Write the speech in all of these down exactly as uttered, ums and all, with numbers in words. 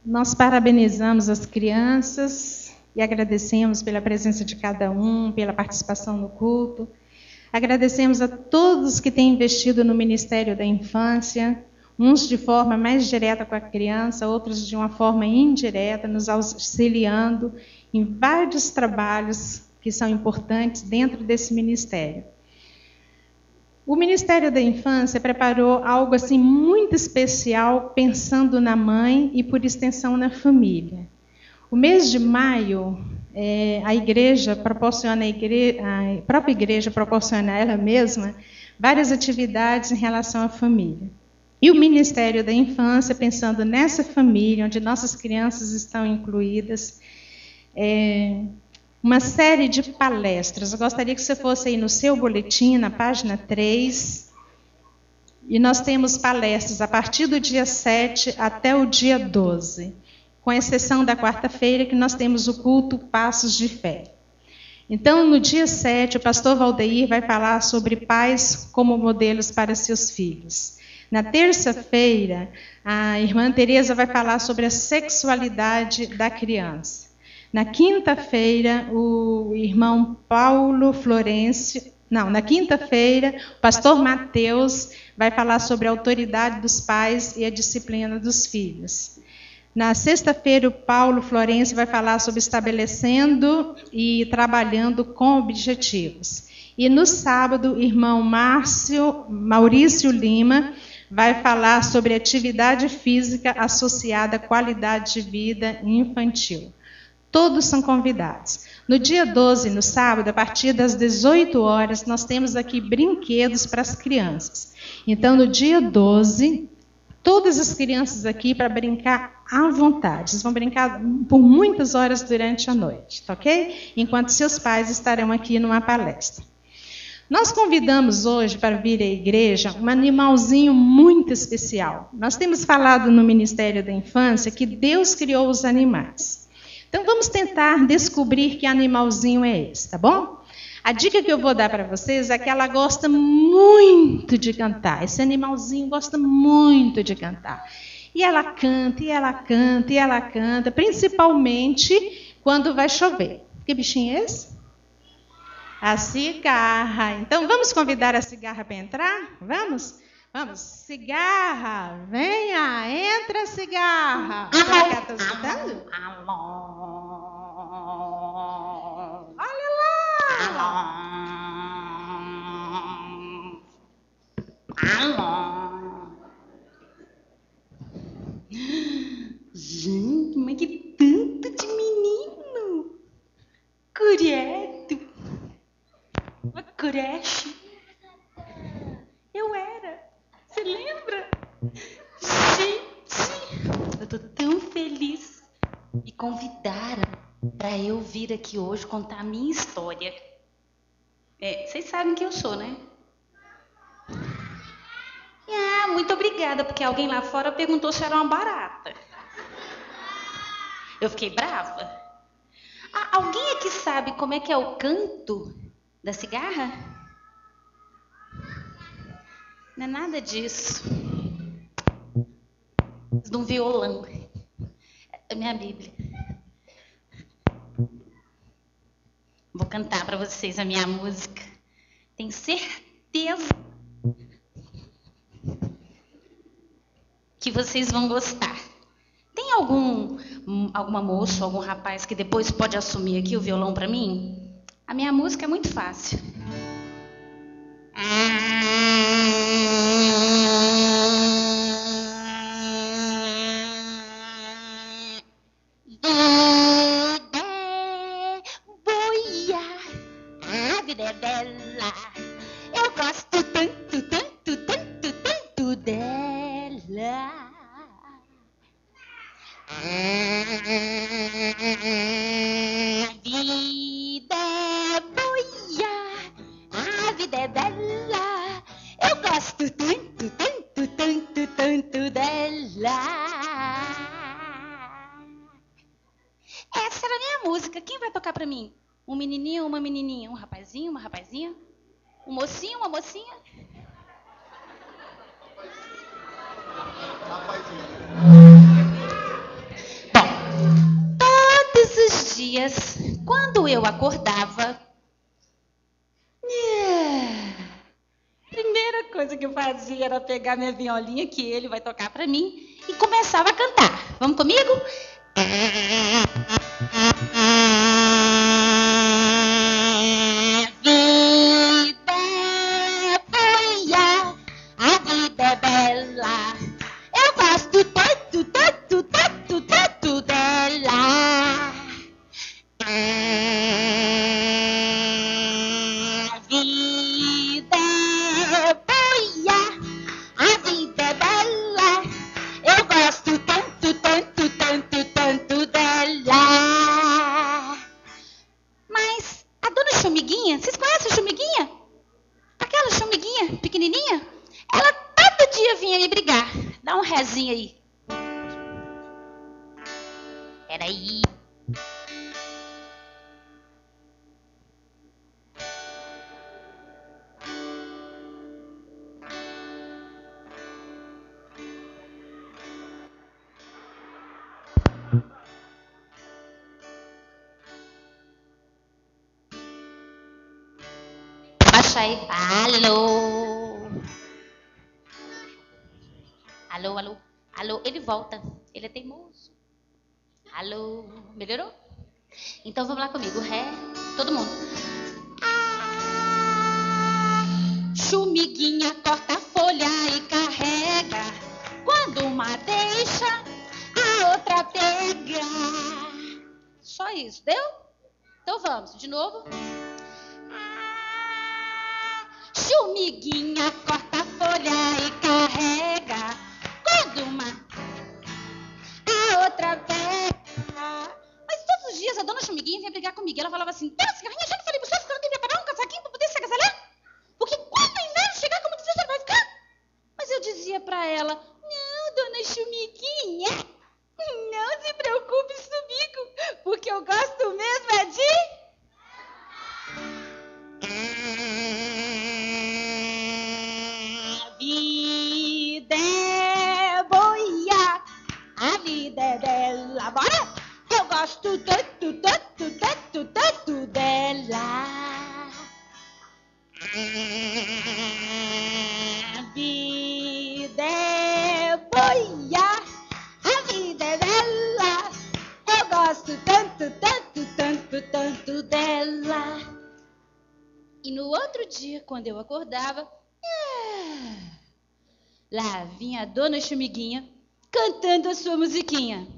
Nós parabenizamos as crianças e agradecemos pela presença de cada um, pela participação no culto. Agradecemos a todos que têm investido no Ministério da Infância, uns de forma mais direta com a criança, outros de uma forma indireta, nos auxiliando em vários trabalhos que são importantes dentro desse ministério. O Ministério da Infância preparou algo assim muito especial, pensando na mãe e, por extensão, na família. O mês de maio, é, a igreja proporciona, a, igre... a própria igreja proporciona a ela mesma várias atividades em relação à família. E o Ministério da Infância, pensando nessa família, onde nossas crianças estão incluídas, é, uma série de palestras. Eu gostaria que você fosse aí no seu boletim, na página três. E nós temos palestras a partir do dia sete até o dia doze. Com exceção da quarta-feira, que nós temos o culto Passos de Fé. Então, no dia sete, o pastor Valdeir vai falar sobre pais como modelos para seus filhos. Na terça-feira, a irmã Tereza vai falar sobre a sexualidade da criança. Na quinta-feira, o irmão Paulo Florencio, não, na quinta-feira, o pastor Mateus vai falar sobre a autoridade dos pais e a disciplina dos filhos. Na sexta-feira, o Paulo Florencio vai falar sobre estabelecendo e trabalhando com objetivos. E no sábado, o irmão Márcio, Maurício Lima vai falar sobre atividade física associada à qualidade de vida infantil. Todos são convidados. No dia doze, no sábado, a partir das dezoito horas, nós temos aqui brinquedos para as crianças. Então, no dia doze, todas as crianças aqui para brincar à vontade. Eles vão brincar por muitas horas durante a noite, tá ok? Enquanto seus pais estarão aqui numa palestra. Nós convidamos hoje para vir à igreja um animalzinho muito especial. Nós temos falado no Ministério da Infância que Deus criou os animais. Então, vamos tentar descobrir que animalzinho é esse, tá bom? A dica que eu vou dar para vocês é que ela gosta muito de cantar. Esse animalzinho gosta muito de cantar. E ela canta, e ela canta, e ela canta, principalmente quando vai chover. Que bichinho é esse? A cigarra. Então, vamos convidar a cigarra para entrar? Vamos? Vamos. Cigarra, venha, entra, cigarra. Será que ela está escutando? Alô. Olha lá. Alô. Alô. Gente, mas que tanto de menino. Credo. Uma creche. Eu era. Você lembra? Gente, eu estou tão feliz. Me convidaram para eu vir aqui hoje contar a minha história. É, vocês sabem quem eu sou, né? Ah, muito obrigada, porque alguém lá fora perguntou se eu era uma barata. Eu fiquei brava. Ah, alguém aqui sabe como é que é o canto da cigarra? Não é nada disso. De um violão. É minha Bíblia. Vou cantar para vocês a minha música. Tenho certeza que vocês vão gostar. Tem algum alguma moça, algum rapaz que depois pode assumir aqui o violão para mim? A minha música é muito fácil. A vida é bela. Eu gosto tanto, tanto, tanto, tanto dela. A vida é boa, a vida é bela. Eu gosto tanto, tanto, tanto, tanto dela. Essa era a minha música. Quem vai tocar pra mim? Um menininho ou uma menininha? Um rapazinho, uma rapazinha? Um mocinho, uma mocinha? Rapazinho. eu acordava, primeira coisa que eu fazia era pegar minha violinha, que ele vai tocar para mim, e começava a cantar. Vamos comigo? Alô? Alô, alô, alô. Ele volta. Ele é teimoso. Alô? Melhorou? Então vamos lá comigo. Ré. Todo mundo. Chumiguinha corta a folha e carrega. Quando uma deixa, a outra pega. Só isso, deu? Então vamos. De novo. Chumiguinha corta a folha e carrega. Quando uma, a outra pega. Mas todos os dias a dona Chumiguinha vinha brigar comigo. Ela falava assim: Dona Cigarrinha, já não falei pra você ficar aqui preparar um casaquinho pra poder se agasalhar? Porque quando o inverno chegar, como difícil você vai ficar? Mas eu dizia pra ela: Não, dona Chumiguinha, não se preocupe comigo, porque eu gosto mesmo é de... A vida é bela, bora! Eu gosto tanto, tanto, tanto, tanto dela. A vida é boia, a vida é bela. Eu gosto tanto, tanto, tanto, tanto dela. E no outro dia, quando eu acordava, lá vinha a dona Chumiguinha cantando a sua musiquinha.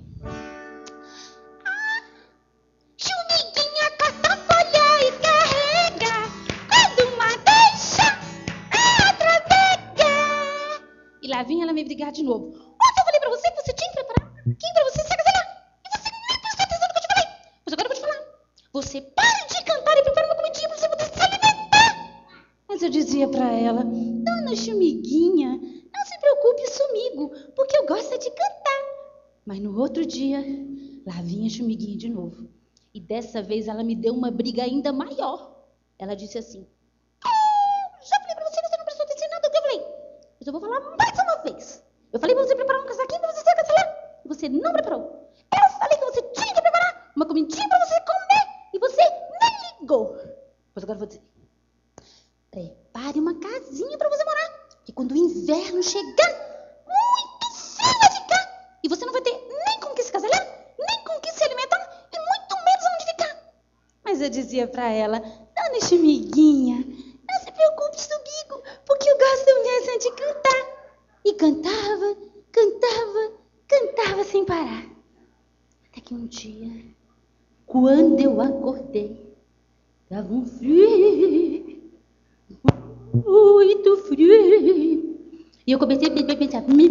Ah, Chumiguinha corta a folha e carrega. Quando uma deixa, a outra pega. E lá vinha ela me brigar de novo. Ontem eu falei pra você que você tinha que preparar quem pra você se agasalhar. E você nem prestou atenção no que eu te falei. Mas agora eu vou te falar. Você para de cantar e prepara uma comidinha pra você poder se alimentar. Mas eu dizia pra ela: Dona Chumiguinha, não se preocupe comigo, porque eu gosto de cantar. Mas no outro dia, lá vinha a Chumiguinha de novo. E dessa vez ela me deu uma briga ainda maior. Ela disse assim: oh, já falei pra você que você não prestou atenção em nada que eu falei. Mas eu vou falar mais uma vez. Eu falei pra você preparar um casaquinho pra você se agasalhar. E você não preparou. Eu falei que você tinha que preparar uma comidinha pra você comer. E você nem ligou. Pois agora eu vou dizer: prepare uma casinha pra você morar. Que quando o inverno chegar, muito frio vai ficar. E você não vai ter nem com que se agasalhar, nem com que se alimentar, e muito menos onde ficar. Mas eu dizia pra ela: Dona Chumiguinha, não se preocupe comigo, porque eu gosto mesmo de cantar. E cantava, cantava, cantava sem parar. Até que um dia, quando eu acordei, tava um frio. Muito frio. E eu comecei a pensar: Meu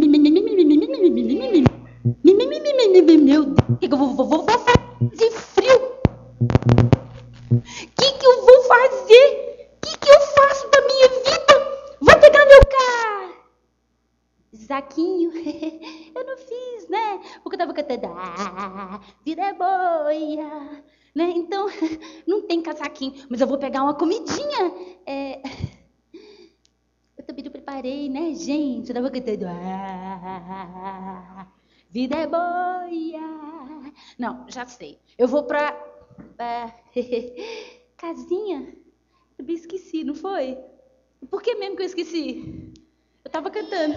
Deus, o que, que eu vou, vou, vou fazer frio? O que, que eu vou fazer? O que, que eu faço da minha vida? Vou pegar meu casaquinho. Eu não fiz, né? Porque eu tava cantando: Ah, vida é boia, né? Então, não tem casaquinho. Mas eu vou pegar uma comidinha. É... Eu também não preparei, né, gente? Eu tava cantando: Ah, vida é boia. Não, já sei. Eu vou pra É, casinha? Eu me esqueci, não foi? Por que mesmo que eu esqueci? Eu tava cantando.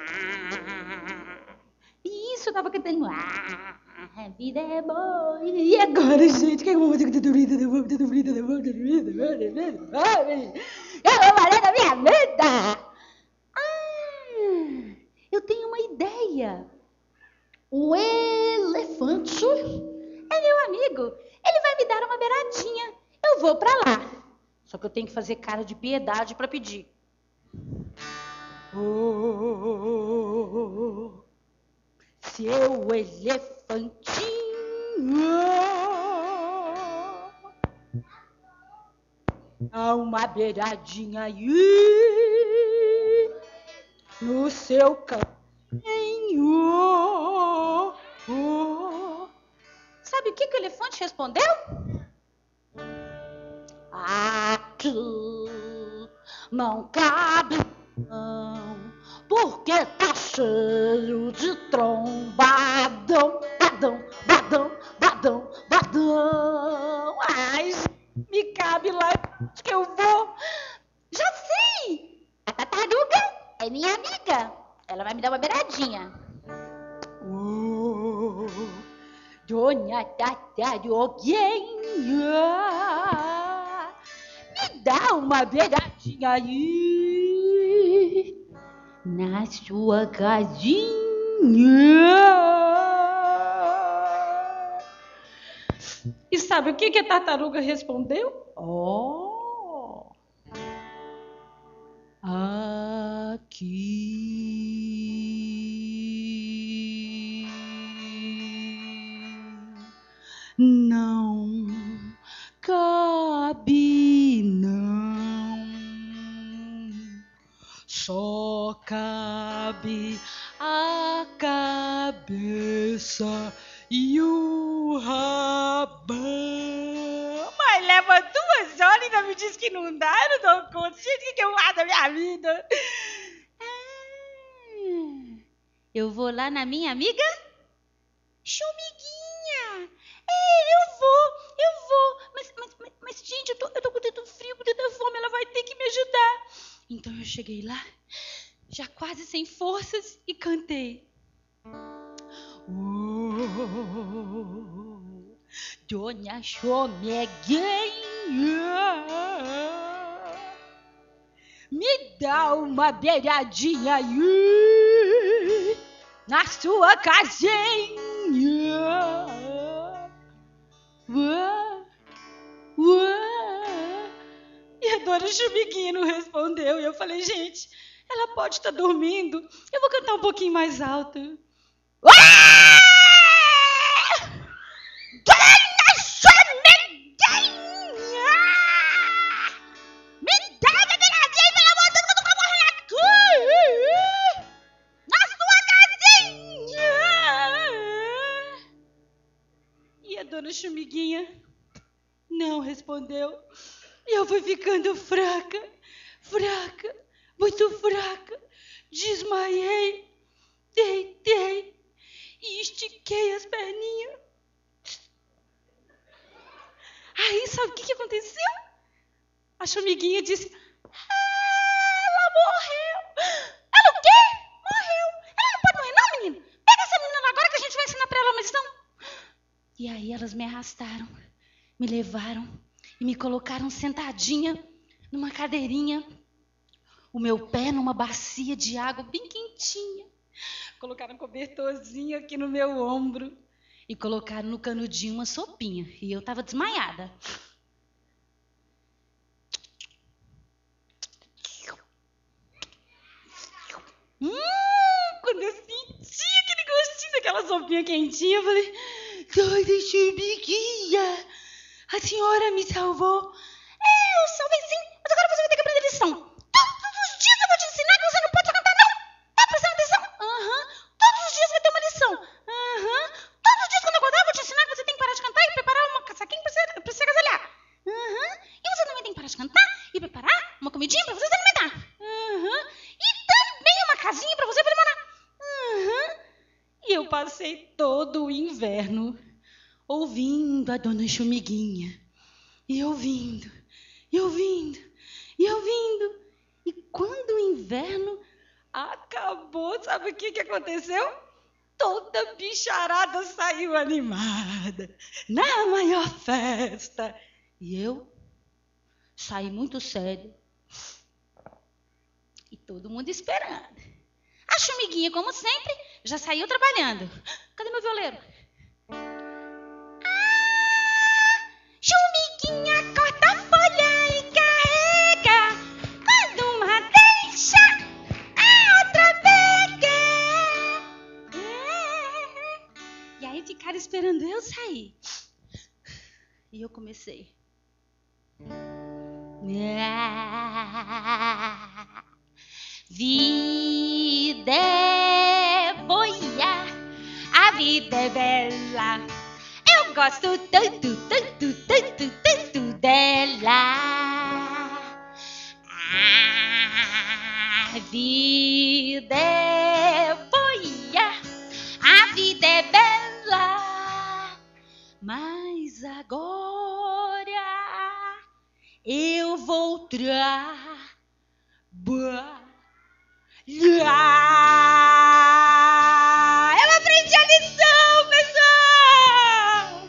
Isso, eu tava cantando. A vida é boa. E agora, gente? Que é uma música de dormida, de dormida, de dormida, de dormida, de dormida, de dormida, de dormida. Eu vou fazer da minha vida. Ah, eu tenho uma ideia. O elefante é meu amigo. Ele vai me dar uma beiradinha. Eu vou pra lá. Só que eu tenho que fazer cara de piedade pra pedir. Oh, seu elefantinho, dá uma beiradinha aí no seu caminho. Oh. Sabe o que, que o elefante respondeu? Aqui não cabe não, porque tá cheio de trombadão, badão, badão, badão, badão. Ai, me cabe lá, acho que eu vou. Já sei! A tartaruga é minha amiga. Ela vai me dar uma beiradinha. Oh, dona tartaruguinha, me dá uma beiradinha aí na sua casinha. E sabe o que, que a tartaruga respondeu? Oh, aqui não cabe não, só cabe a cabeça e o rabão. Mas leva duas horas e ainda me diz que não dá, eu não dou conta. Gente, o que, que eu faço da minha vida? Ah, eu vou lá na minha amiga Chumiguinha. É, eu vou, eu vou. Mas, mas, mas, mas gente, eu tô, eu tô com o dedo frio, com o dedo fome, ela vai ter que me ajudar. Então eu cheguei lá, já quase sem forças, e cantei. Oh, dona Chomeguinha, me dá uma beiradinha aí na sua casinha. Uá, uá. E a dona Chumiguinha não respondeu. E eu falei, gente, ela pode estar dormindo. Eu vou cantar um pouquinho mais alto. Uá! Dona Chumiguinha! Me dá uma beiradinha, pelo amor de Deus, que eu tô morrendo aqui! Na sua casinha! E a dona Chumiguinha não respondeu. E eu fui ficando fraca, fraca, muito fraca. Desmaiei, deitei e estiquei as perninhas. Aí, sabe o que, que aconteceu? A Chumiguinha disse, ela morreu. Ela o quê? Morreu. Ela não pode morrer não, menino. Pega essa menina agora que a gente vai ensinar pra ela uma lição. E aí elas me arrastaram, me levaram e me colocaram sentadinha numa cadeirinha, o meu pé numa bacia de água bem quentinha. Colocaram um cobertorzinho aqui no meu ombro e colocaram no canudinho uma sopinha. E eu estava desmaiada. Hum, quando eu senti aquele gostinho daquela sopinha quentinha, eu falei, dona Chumiguinha, a senhora me salvou. É, eu salvei sim, mas agora você vai ter que aprender lição. Todos os dias eu vou te ensinar que você não pode cantar, não. Tá prestando atenção? Aham. Uhum. Todos os dias vai ter uma lição. Aham. Uhum. Todos os dias quando eu acordar eu vou te ensinar que você tem que parar de cantar e preparar uma casaquinha pra você, pra você agasalhar. Aham. Uhum. E você também tem que parar de cantar e preparar uma comidinha pra você se alimentar. Aham. Uhum. E também uma casinha pra você pra morar. Aham. Uhum. E eu passei todo o inverno ouvindo a dona Chumiguinha. E ouvindo, e ouvindo, e ouvindo. E quando o inverno acabou, sabe o que, que aconteceu? Toda a bicharada saiu animada, na maior festa. E eu saí muito sério. E todo mundo esperando. A Chumiguinha, como sempre, já saiu trabalhando. Cadê meu violeiro? Ah, Chumiguinha corta a folha e carrega. Quando uma deixa, a outra pega. É. E aí ficaram esperando eu sair. E eu comecei. Ah, vida é boia, a vida é bela. Eu gosto tanto, tanto, tanto, tanto dela. A vida é boia, a vida é bela. Mas agora eu vou trabalhar. Eu aprendi a lição, pessoal!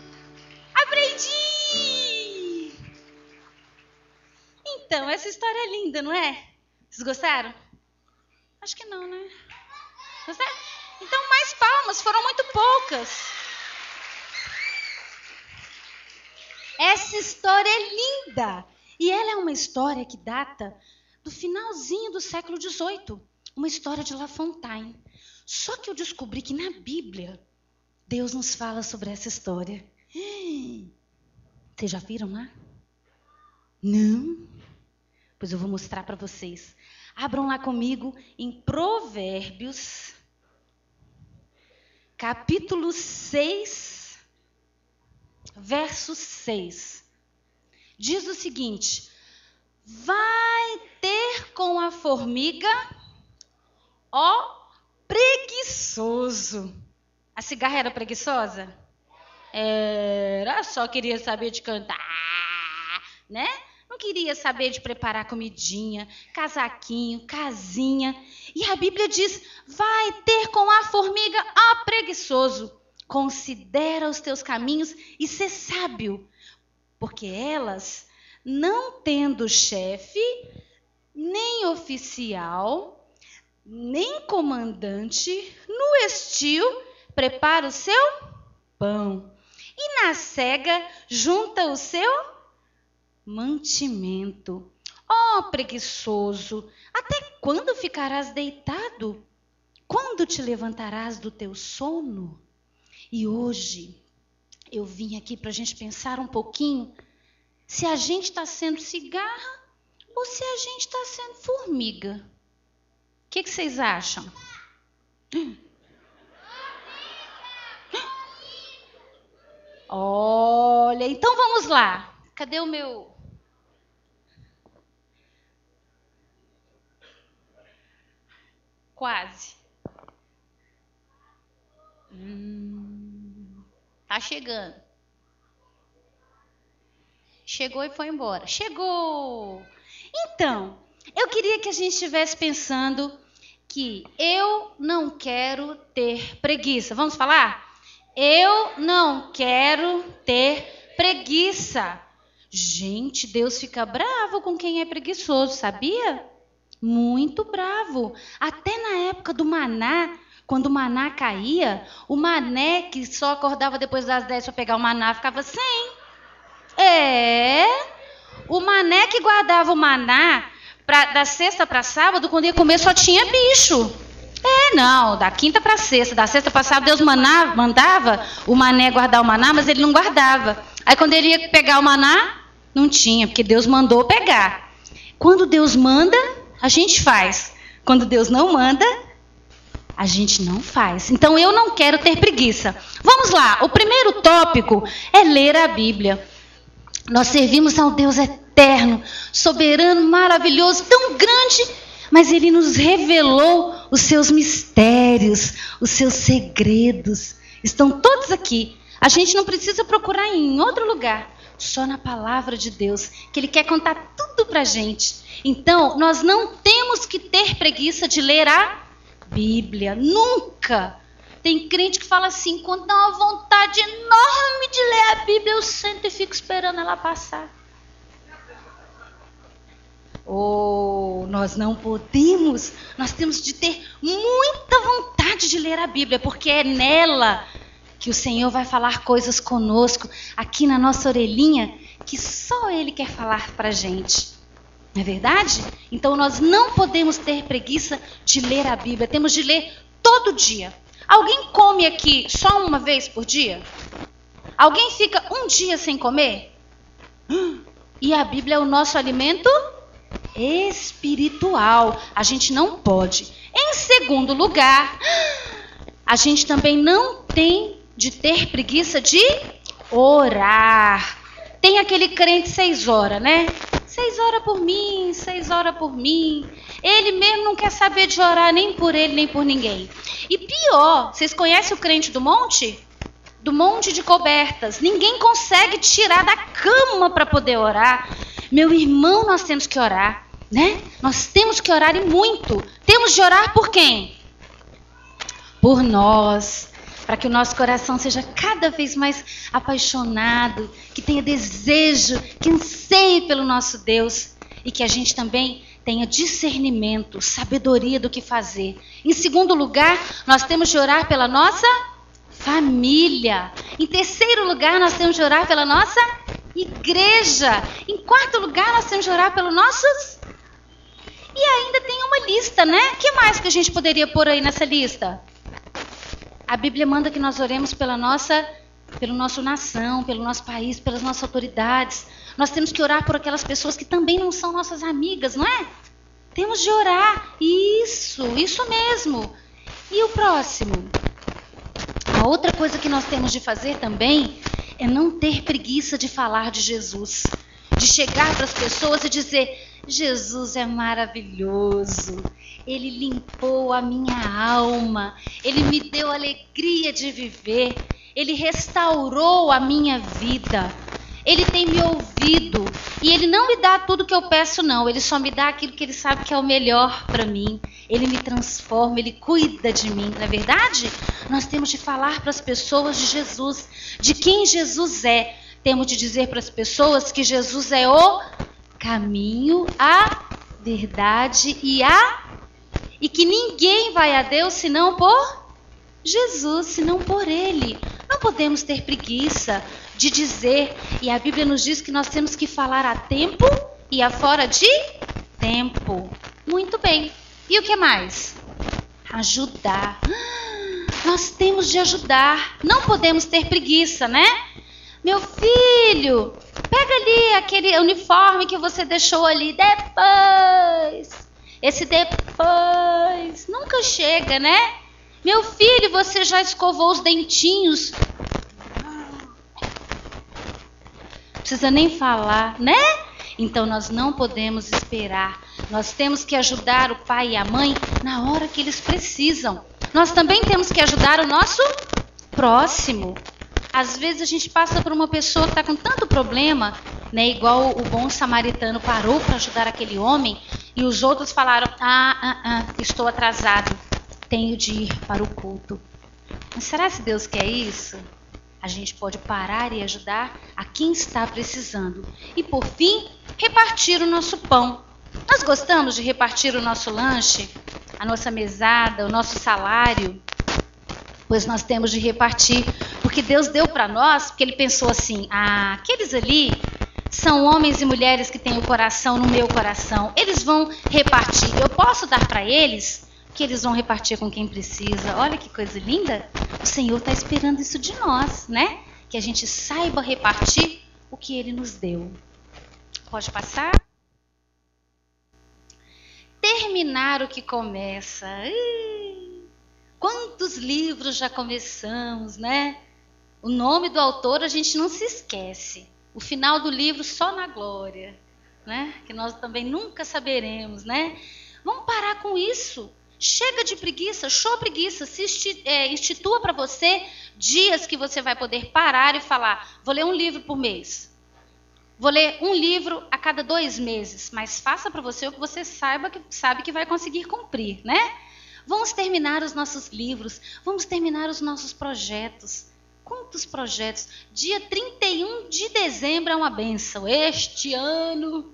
Aprendi! Então, essa história é linda, não é? Vocês gostaram? Acho que não, né? Gostaram? Então, mais palmas, foram muito poucas. Essa história é linda! E ela é uma história que data do finalzinho do século dezoito. Uma história de La Fontaine. Só que eu descobri que na Bíblia, Deus nos fala sobre essa história. Vocês já viram lá? Não? Pois eu vou mostrar para vocês. Abram lá comigo em Provérbios, capítulo seis, verso seis. Diz o seguinte: vai ter com a formiga, ó preguiçoso. A cigarra era preguiçosa? Era, só queria saber de cantar, né? Não queria saber de preparar comidinha, casaquinho, casinha. E a Bíblia diz, vai ter com a formiga, ó preguiçoso. Considera os teus caminhos e sê sábio, porque elas, não tendo chefe, nem oficial, nem comandante, no estio prepara o seu pão, e na cega junta o seu mantimento. Ó preguiçoso, até quando ficarás deitado? Quando te levantarás do teu sono? E hoje eu vim aqui para a gente pensar um pouquinho se a gente está sendo cigarra ou se a gente está sendo formiga. O que, que vocês acham? Olha, então vamos lá. Cadê o meu... Quase. Hum, tá chegando. Chegou e foi embora. Chegou! Então, eu queria que a gente estivesse pensando que eu não quero ter preguiça. Vamos falar? Eu não quero ter preguiça. Gente, Deus fica bravo com quem é preguiçoso, sabia? Muito bravo. Até na época do maná, quando o maná caía, o mané que só acordava depois das dez para pegar o maná ficava sem. É, o mané que guardava o maná pra, da sexta para sábado, quando ia comer só tinha bicho. É, não, da quinta para sexta, da sexta para sábado Deus maná, mandava o mané guardar o maná, mas ele não guardava. Aí quando ele ia pegar o maná, não tinha, porque Deus mandou pegar. Quando Deus manda, a gente faz. Quando Deus não manda, a gente não faz. Então eu não quero ter preguiça. Vamos lá, o primeiro tópico é ler a Bíblia. Nós servimos ao Deus eterno, soberano, maravilhoso, tão grande, mas Ele nos revelou os seus mistérios, os seus segredos. Estão todos aqui. A gente não precisa procurar em outro lugar, só na palavra de Deus, que Ele quer contar tudo pra gente. Então, nós não temos que ter preguiça de ler a Bíblia, nunca. Tem crente que fala assim, quando dá uma vontade enorme de ler a Bíblia, eu sento e fico esperando ela passar. Oh, nós não podemos, nós temos de ter muita vontade de ler a Bíblia, porque é nela que o Senhor vai falar coisas conosco, aqui na nossa orelhinha, que só Ele quer falar pra gente. Não é verdade? Então nós não podemos ter preguiça de ler a Bíblia, temos de ler todo dia. Alguém come aqui só uma vez por dia? Alguém fica um dia sem comer? E a Bíblia é o nosso alimento espiritual. A gente não pode. Em segundo lugar, a gente também não tem de ter preguiça de orar. Tem aquele crente seis horas, né? Seis horas por mim, seis horas por mim. Ele mesmo não quer saber de orar nem por ele, nem por ninguém. E pior, vocês conhecem o crente do monte? Do monte de cobertas. Ninguém consegue tirar da cama para poder orar. Meu irmão, nós temos que orar, né? Nós temos que orar e muito. Temos de orar por quem? Por nós. Para que o nosso coração seja cada vez mais apaixonado, que tenha desejo, que anseie pelo nosso Deus e que a gente também tenha discernimento, sabedoria do que fazer. Em segundo lugar, nós temos de orar pela nossa família. Em terceiro lugar, nós temos de orar pela nossa igreja. Em quarto lugar, nós temos de orar pelos nossos... E ainda tem uma lista, né? O que mais que a gente poderia pôr aí nessa lista? A Bíblia manda que nós oremos pela nossa, pelo nosso nação, pelo nosso país, pelas nossas autoridades. Nós temos que orar por aquelas pessoas que também não são nossas amigas, não é? Temos de orar. Isso, isso mesmo. E o próximo? A outra coisa que nós temos de fazer também é não ter preguiça de falar de Jesus. De chegar para as pessoas e dizer, Jesus é maravilhoso. Ele limpou a minha alma. Ele me deu alegria de viver. Ele restaurou a minha vida. Ele tem me ouvido. E Ele não me dá tudo que eu peço, não. Ele só me dá aquilo que Ele sabe que é o melhor para mim. Ele me transforma, Ele cuida de mim. Não é verdade? Nós temos de falar para as pessoas de Jesus, de quem Jesus é. Temos de dizer para as pessoas que Jesus é o caminho, a verdade e a... E que ninguém vai a Deus senão por Jesus, senão por Ele. Não podemos ter preguiça de dizer. E a Bíblia nos diz que nós temos que falar a tempo e a fora de tempo. Muito bem. E o que mais? Ajudar. Nós temos de ajudar. Não podemos ter preguiça, né? Meu filho, pega ali aquele uniforme que você deixou ali. Depois. Esse depois nunca chega, né? Meu filho, você já escovou os dentinhos? Não precisa nem falar, né? Então nós não podemos esperar. Nós temos que ajudar o pai e a mãe na hora que eles precisam. Nós também temos que ajudar o nosso próximo. Às vezes a gente passa por uma pessoa que está com tanto problema, né? Igual o bom samaritano parou para ajudar aquele homem e os outros falaram, ah, ah, ah, estou atrasado, tenho de ir para o culto. Mas será que Deus quer isso? A gente pode parar e ajudar a quem está precisando. E por fim, repartir o nosso pão. Nós gostamos de repartir o nosso lanche, a nossa mesada, o nosso salário? Pois nós temos de repartir, porque Deus deu para nós, porque Ele pensou assim, ah, aqueles ali são homens e mulheres que têm o coração no meu coração, eles vão repartir, eu posso dar para eles, que eles vão repartir com quem precisa. Olha que coisa linda, o Senhor está esperando isso de nós, né? Que a gente saiba repartir o que Ele nos deu. Pode passar? Terminar o que começa. Ih, quantos livros já começamos, né? O nome do autor a gente não se esquece. O final do livro só na glória, né? Que nós também nunca saberemos, né? Vamos parar com isso. Chega de preguiça, show preguiça. Se insti- é, institua para você dias que você vai poder parar e falar, vou ler um livro por mês. Vou ler um livro a cada dois meses. Mas faça para você o que você saiba que, sabe que vai conseguir cumprir, né? Vamos terminar os nossos livros. Vamos terminar os nossos projetos. Quantos projetos? Dia trinta e um de dezembro é uma bênção. Este ano.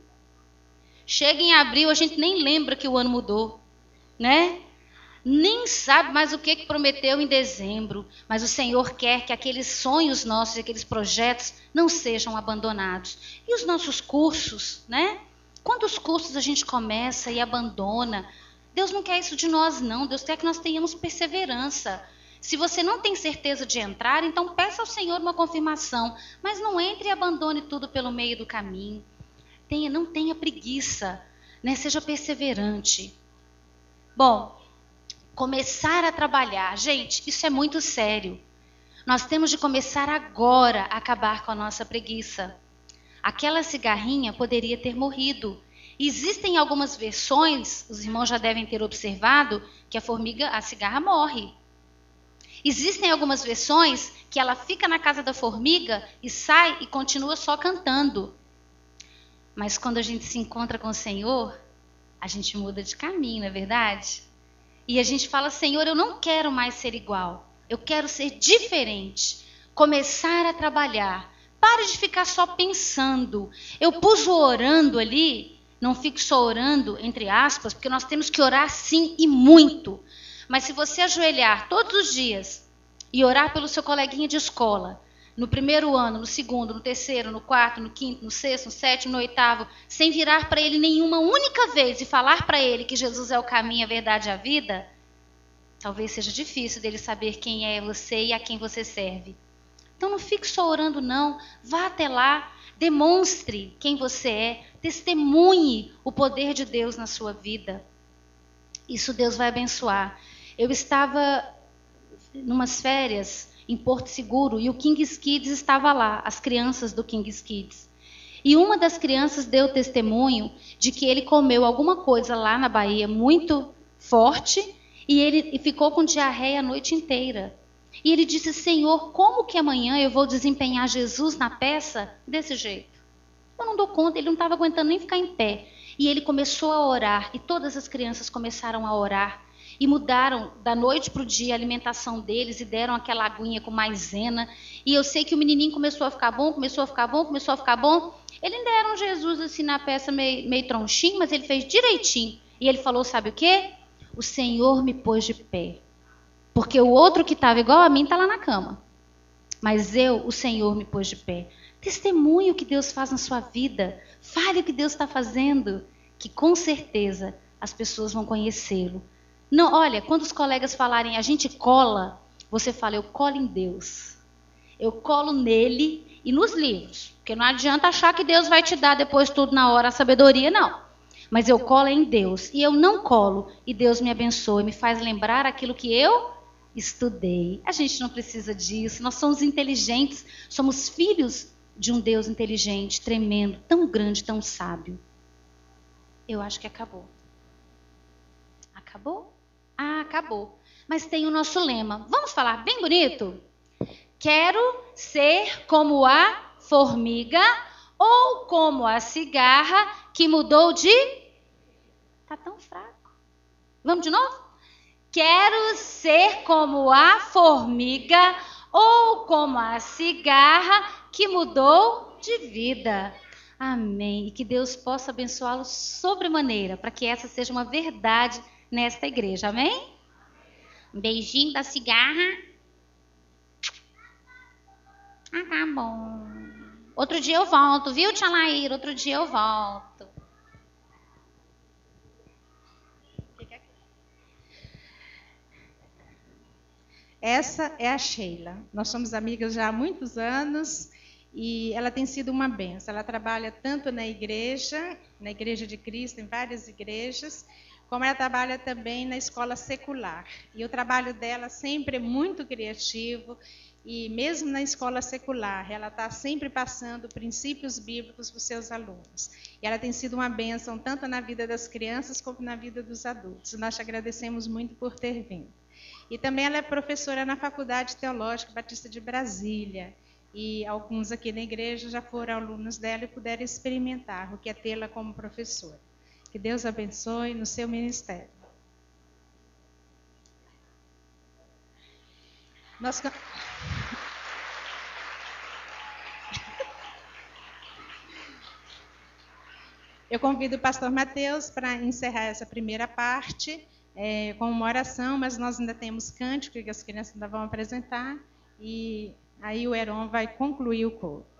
Chega em abril, a gente nem lembra que o ano mudou, né? Nem sabe mais o que que prometeu em dezembro. Mas o Senhor quer que aqueles sonhos nossos, aqueles projetos, não sejam abandonados. E os nossos cursos, né? Quantos cursos a gente começa e abandona? Deus não quer isso de nós, não. Deus quer que nós tenhamos perseverança. Se você não tem certeza de entrar, então peça ao Senhor uma confirmação. Mas não entre e abandone tudo pelo meio do caminho. Tenha, não tenha preguiça, né? Seja perseverante. Bom, começar a trabalhar. Gente, isso é muito sério. Nós temos de começar agora a acabar com a nossa preguiça. Aquela cigarrinha poderia ter morrido. Existem algumas versões, os irmãos já devem ter observado, que a formiga, a cigarra morre. Existem algumas versões que ela fica na casa da formiga e sai e continua só cantando. Mas quando a gente se encontra com o Senhor, a gente muda de caminho, não é verdade? E a gente fala, Senhor, eu não quero mais ser igual. Eu quero ser diferente. Começar a trabalhar. Pare de ficar só pensando. Eu pus o orando ali, não fique só orando, entre aspas, porque nós temos que orar sim e muito. Mas se você ajoelhar todos os dias e orar pelo seu coleguinha de escola, no primeiro ano, no segundo, no terceiro, no quarto, no quinto, no sexto, no sétimo, no oitavo, sem virar para ele nenhuma única vez e falar para ele que Jesus é o caminho, a verdade e a vida, talvez seja difícil dele saber quem é você e a quem você serve. Então não fique só orando, não. Vá até lá, demonstre quem você é, testemunhe o poder de Deus na sua vida. Isso Deus vai abençoar. Eu estava numas férias em Porto Seguro e o King's Kids estava lá, as crianças do King's Kids. E uma das crianças deu testemunho de que ele comeu alguma coisa lá na Bahia muito forte e ele e ficou com diarreia a noite inteira. E ele disse, Senhor, como que amanhã eu vou desempenhar Jesus na peça desse jeito? Eu não dou conta, ele não estava aguentando nem ficar em pé. E ele começou a orar, e todas as crianças começaram a orar. E mudaram da noite para o dia a alimentação deles, e deram aquela aguinha com maisena. E eu sei que o menininho começou a ficar bom, começou a ficar bom, começou a ficar bom. Ele ainda era um Jesus assim na peça meio, meio tronchinho, mas ele fez direitinho. E ele falou, sabe o quê? O Senhor me pôs de pé. Porque o outro que estava igual a mim está lá na cama. Mas eu, o Senhor me pôs de pé. Testemunhe o que Deus faz na sua vida. Fale o que Deus está fazendo. Que com certeza as pessoas vão conhecê-lo. Não, olha, quando os colegas falarem, a gente cola, você fala, eu colo em Deus. Eu colo nele e nos livros. Porque não adianta achar que Deus vai te dar depois tudo na hora a sabedoria, não. Mas eu colo em Deus. E eu não colo. E Deus me abençoa e me faz lembrar aquilo que eu estudei. A gente não precisa disso. Nós somos inteligentes. Somos filhos de um Deus inteligente, tremendo, tão grande, tão sábio. Eu acho que acabou. Acabou? Ah, acabou. Mas tem o nosso lema. Vamos falar bem bonito? Quero ser como a formiga ou como a cigarra que mudou de... Tá tão fraco. Vamos de novo? Quero ser como a formiga ou como a cigarra que mudou de vida. Amém. E que Deus possa abençoá-lo sobremaneira, para que essa seja uma verdade nesta igreja. Amém? Um beijinho da cigarra. Ah, tá bom. Outro dia eu volto, viu, tia Laíra? Outro dia eu volto. Essa é a Sheila. Nós somos amigas já há muitos anos e ela tem sido uma bênção. Ela trabalha tanto na igreja, na Igreja de Cristo, em várias igrejas, como ela trabalha também na escola secular. E o trabalho dela sempre é muito criativo, E mesmo na escola secular, ela está sempre passando princípios bíblicos para os seus alunos. E ela tem sido uma bênção tanto na vida das crianças como na vida dos adultos. Nós te agradecemos muito por ter vindo. E também ela é professora na Faculdade Teológica Batista de Brasília. E alguns aqui na igreja já foram alunos dela e puderam experimentar o que é tê-la como professora. Que Deus abençoe no seu ministério. Nós... Eu convido o pastor Mateus para encerrar essa primeira parte é, com uma oração, mas nós ainda temos cântico que as crianças ainda vão apresentar, e aí o Heron vai concluir o culto.